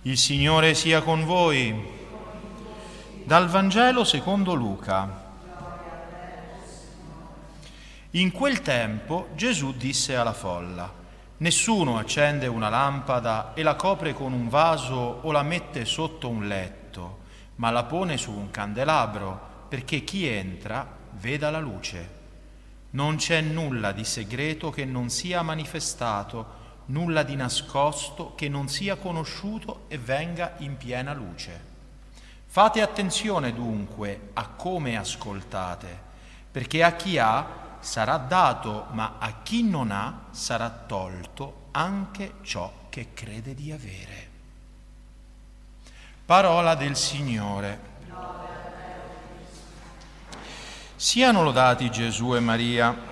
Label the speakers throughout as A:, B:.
A: Il Signore sia con voi. Dal Vangelo secondo Luca. In quel tempo Gesù disse alla folla: nessuno accende una lampada e la copre con un vaso o la mette sotto un letto, ma la pone su un candelabro, perché chi entra veda la luce. Non c'è nulla di segreto che non sia manifestato, nulla di nascosto che non sia conosciuto e venga in piena luce. Fate attenzione dunque a come ascoltate, perché a chi ha sarà dato, ma a chi non ha sarà tolto anche ciò che crede di avere. Parola del Signore. Siano lodati Gesù e Maria.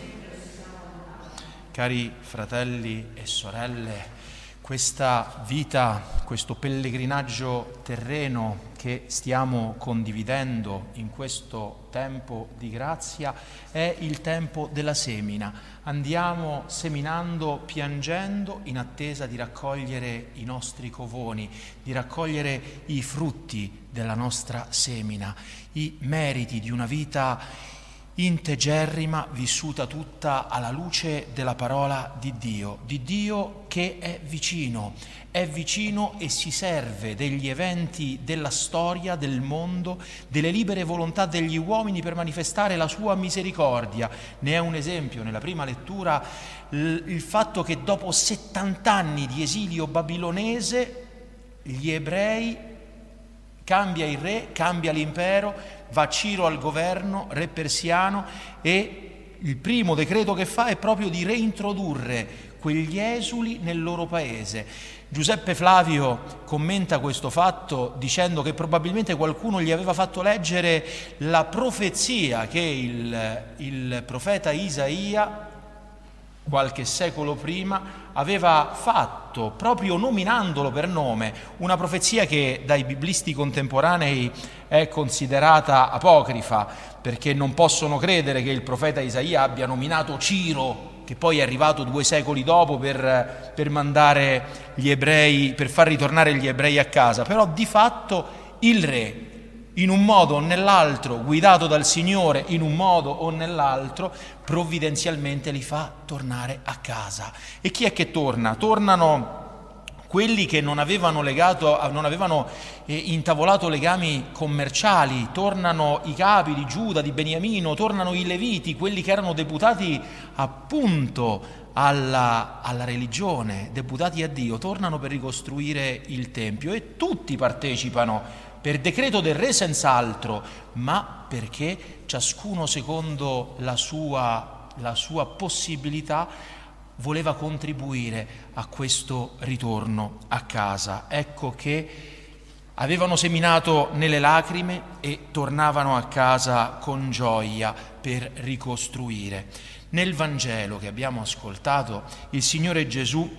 A: Cari fratelli e sorelle, questa vita, questo pellegrinaggio terreno che stiamo condividendo in questo tempo di grazia è il tempo della semina. Andiamo seminando, piangendo, in attesa di raccogliere i nostri covoni, di raccogliere i frutti della nostra semina, i meriti di una vita integerrima, vissuta tutta alla luce della parola di Dio che è vicino e si serve degli eventi della storia, del mondo, delle libere volontà degli uomini per manifestare la sua misericordia. Ne è un esempio nella prima lettura il fatto che dopo 70 anni di esilio babilonese gli ebrei, cambia il re, cambia l'impero, va Ciro al governo, re persiano, e il primo decreto che fa è proprio di reintrodurre quegli esuli nel loro paese. Giuseppe Flavio commenta questo fatto dicendo che probabilmente qualcuno gli aveva fatto leggere la profezia che il profeta Isaia, qualche secolo prima, aveva fatto, proprio nominandolo per nome, una profezia che dai biblisti contemporanei è considerata apocrifa, perché non possono credere che il profeta Isaia abbia nominato Ciro, che poi è arrivato 2 secoli dopo per mandare gli ebrei, per far ritornare gli ebrei a casa. Però di fatto il re, in un modo o nell'altro, guidato dal Signore in un modo o nell'altro, provvidenzialmente li fa tornare a casa. E chi è che torna? Tornano quelli che non avevano intavolato legami commerciali, tornano i capi di Giuda, di Beniamino, tornano i Leviti, quelli che erano deputati appunto alla religione, deputati a Dio, tornano per ricostruire il Tempio, e tutti partecipano per decreto del re senz'altro, ma perché ciascuno secondo la sua possibilità voleva contribuire a questo ritorno a casa. Ecco che avevano seminato nelle lacrime e tornavano a casa con gioia per ricostruire. Nel Vangelo che abbiamo ascoltato, il Signore Gesù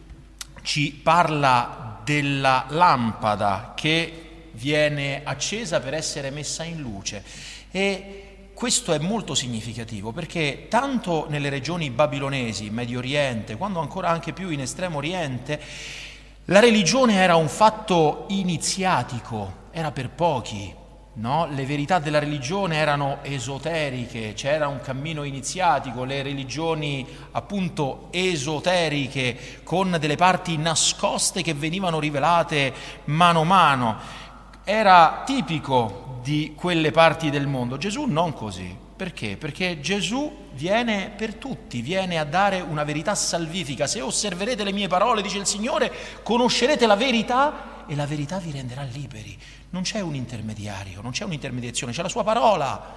A: ci parla della lampada che viene accesa per essere messa in luce, e questo è molto significativo perché tanto nelle regioni babilonesi, Medio Oriente, quando ancora anche più in Estremo Oriente, la religione era un fatto iniziatico, era per pochi, no? Le verità della religione erano esoteriche, c'era un cammino iniziatico, le religioni appunto esoteriche con delle parti nascoste che venivano rivelate mano a mano. Era tipico di quelle parti del mondo. Gesù non così. Perché? Perché Gesù viene per tutti, viene a dare una verità salvifica. Se osserverete le mie parole, dice il Signore, conoscerete la verità e la verità vi renderà liberi. Non c'è un intermediario, non c'è un'intermediazione, c'è la sua parola.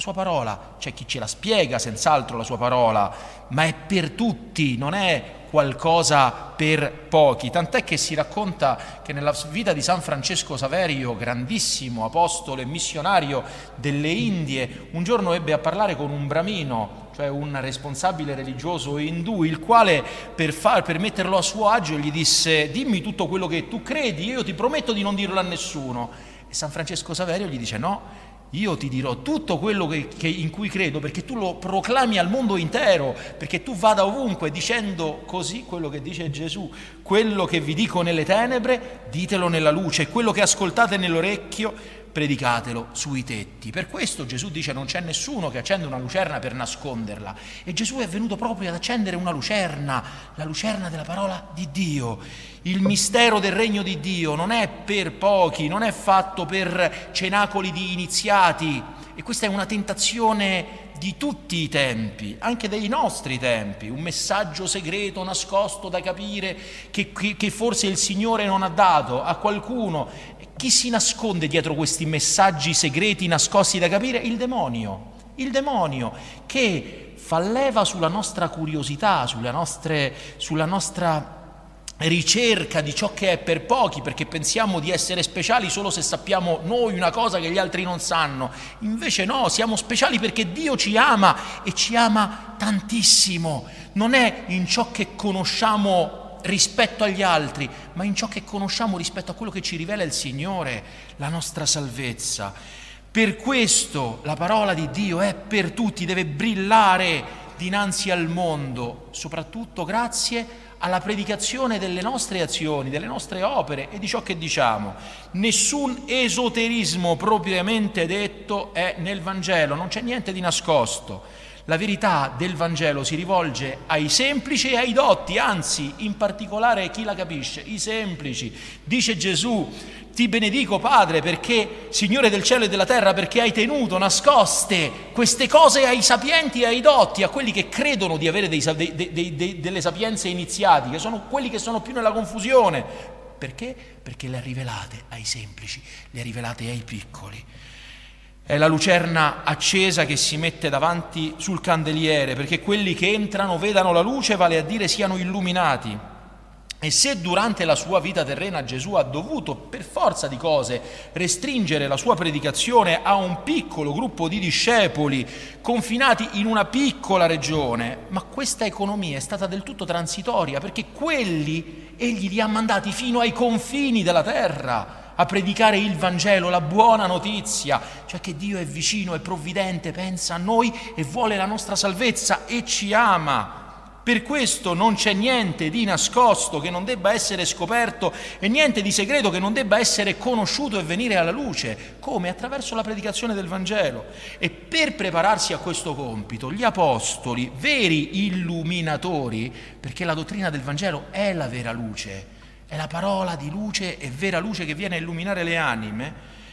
A: C'è chi ce la spiega senz'altro la sua parola, ma è per tutti, non è qualcosa per pochi, tant'è che si racconta che nella vita di San Francesco Saverio, grandissimo apostolo e missionario delle Indie, un giorno ebbe a parlare con un bramino, cioè un responsabile religioso indù, il quale per metterlo a suo agio gli disse: dimmi tutto quello che tu credi, io ti prometto di non dirlo a nessuno. E San Francesco Saverio gli dice: no, io ti dirò tutto quello in cui credo, perché tu lo proclami al mondo intero, perché tu vada ovunque dicendo così quello che dice Gesù: quello che vi dico nelle tenebre, ditelo nella luce, e quello che ascoltate nell'orecchio, predicatelo sui tetti. Per questo Gesù dice: non c'è nessuno che accende una lucerna per nasconderla, e Gesù è venuto proprio ad accendere una lucerna, la lucerna della parola di Dio. Il mistero del regno di Dio non è per pochi, non è fatto per cenacoli di iniziati, e questa è una tentazione di tutti i tempi, anche dei nostri tempi, un messaggio segreto, nascosto da capire, che forse il Signore non ha dato a qualcuno. Chi si nasconde dietro questi messaggi segreti nascosti da capire? Il demonio che fa leva sulla nostra curiosità, sulla nostra ricerca di ciò che è per pochi, perché pensiamo di essere speciali solo se sappiamo noi una cosa che gli altri non sanno. Invece no, siamo speciali perché Dio ci ama, e ci ama tantissimo. Non è in ciò che conosciamo rispetto agli altri, ma in ciò che conosciamo rispetto a quello che ci rivela il Signore, la nostra salvezza. Per questo la parola di Dio è per tutti, deve brillare dinanzi al mondo, soprattutto grazie alla predicazione delle nostre azioni, delle nostre opere e di ciò che diciamo. Nessun esoterismo propriamente detto è nel Vangelo, non c'è niente di nascosto. La verità del Vangelo si rivolge ai semplici e ai dotti, anzi, in particolare chi la capisce, i semplici. Dice Gesù: ti benedico, Padre, perché, Signore del cielo e della terra, perché hai tenuto nascoste queste cose ai sapienti e ai dotti, a quelli che credono di avere delle sapienze iniziati, che sono quelli che sono più nella confusione. Perché? Perché le ha rivelate ai semplici, le ha rivelate ai piccoli. È la lucerna accesa che si mette davanti sul candeliere, perché quelli che entrano vedano la luce, vale a dire siano illuminati. E se durante la sua vita terrena Gesù ha dovuto, per forza di cose, restringere la sua predicazione a un piccolo gruppo di discepoli confinati in una piccola regione, ma questa economia è stata del tutto transitoria, perché quelli egli li ha mandati fino ai confini della terra a predicare il Vangelo, la buona notizia, cioè che Dio è vicino, è provvidente, pensa a noi e vuole la nostra salvezza e ci ama. Per questo non c'è niente di nascosto che non debba essere scoperto e niente di segreto che non debba essere conosciuto e venire alla luce, come attraverso la predicazione del Vangelo. E per prepararsi a questo compito, gli apostoli, veri illuminatori, perché la dottrina del Vangelo è la vera luce, è la parola di luce e vera luce che viene a illuminare le anime.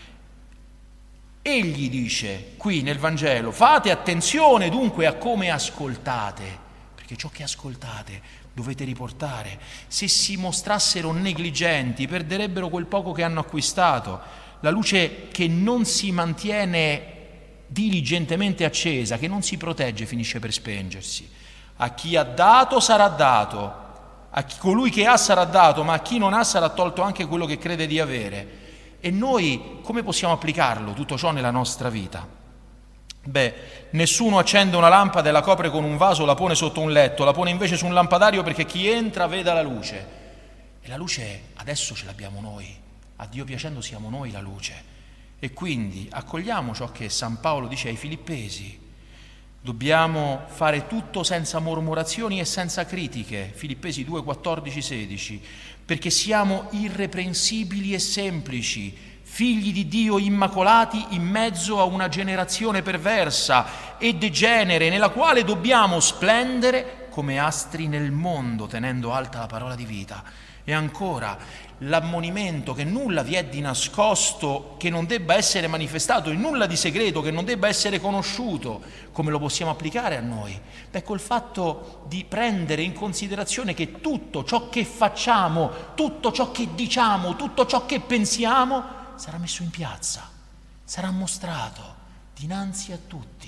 A: Egli dice qui nel Vangelo: fate attenzione dunque a come ascoltate, perché ciò che ascoltate dovete riportare. Se si mostrassero negligenti, perderebbero quel poco che hanno acquistato. La luce che non si mantiene diligentemente accesa, che non si protegge, finisce per spengersi. A chi ha dato sarà dato, a colui che ha sarà dato, ma a chi non ha sarà tolto anche quello che crede di avere. E noi come possiamo applicarlo tutto ciò nella nostra vita? Nessuno accende una lampada e la copre con un vaso, la pone sotto un letto, la pone invece su un lampadario perché chi entra veda la luce. E la luce adesso ce l'abbiamo noi, a Dio piacendo siamo noi la luce. E quindi accogliamo ciò che San Paolo dice ai Filippesi: dobbiamo fare tutto senza mormorazioni e senza critiche, Filippesi 2, 14, 16, perché siamo irreprensibili e semplici, figli di Dio immacolati in mezzo a una generazione perversa e degenere, nella quale dobbiamo splendere come astri nel mondo, tenendo alta la parola di vita. E ancora, l'ammonimento che nulla vi è di nascosto, che non debba essere manifestato, e nulla di segreto, che non debba essere conosciuto. Come lo possiamo applicare a noi? Col fatto di prendere in considerazione che tutto ciò che facciamo, tutto ciò che diciamo, tutto ciò che pensiamo sarà messo in piazza, sarà mostrato dinanzi a tutti,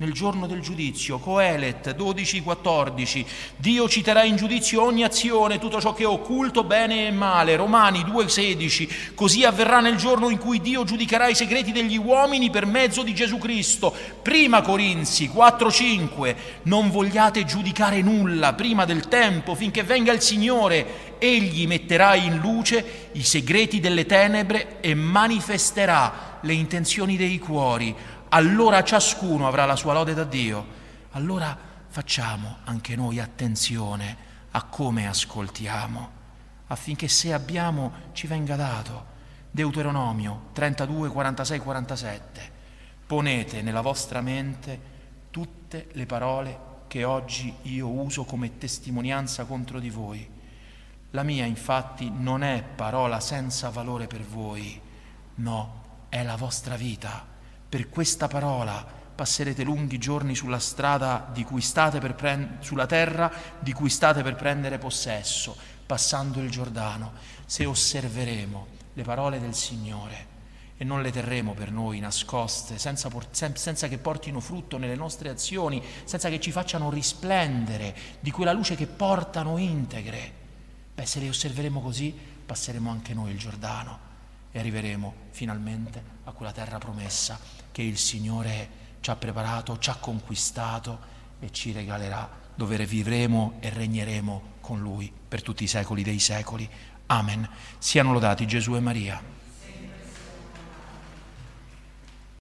A: nel giorno del giudizio. Coelet 12,14. Dio citerà in giudizio ogni azione, tutto ciò che è occulto, bene e male. Romani 2,16. Così avverrà nel giorno in cui Dio giudicherà i segreti degli uomini per mezzo di Gesù Cristo. Prima Corinzi 4,5. Non vogliate giudicare nulla prima del tempo, finché venga il Signore. Egli metterà in luce i segreti delle tenebre e manifesterà le intenzioni dei cuori. Allora ciascuno avrà la sua lode da Dio. Allora facciamo anche noi attenzione a come ascoltiamo, affinché se abbiamo ci venga dato. Deuteronomio 32, 46, 47. Ponete nella vostra mente tutte le parole che oggi io uso come testimonianza contro di voi. La mia, infatti, non è parola senza valore per voi, no, è la vostra vita. Per questa parola passerete lunghi giorni sulla strada di cui state per sulla terra di cui state per prendere possesso, passando il Giordano. Se osserveremo le parole del Signore e non le terremo per noi nascoste, senza che portino frutto nelle nostre azioni, senza che ci facciano risplendere di quella luce che portano integre, se le osserveremo così, passeremo anche noi il Giordano e arriveremo finalmente a quella terra promessa che il Signore ci ha preparato, ci ha conquistato e ci regalerà, dove vivremo e regneremo con Lui per tutti i secoli dei secoli. Amen. Siano lodati Gesù e Maria.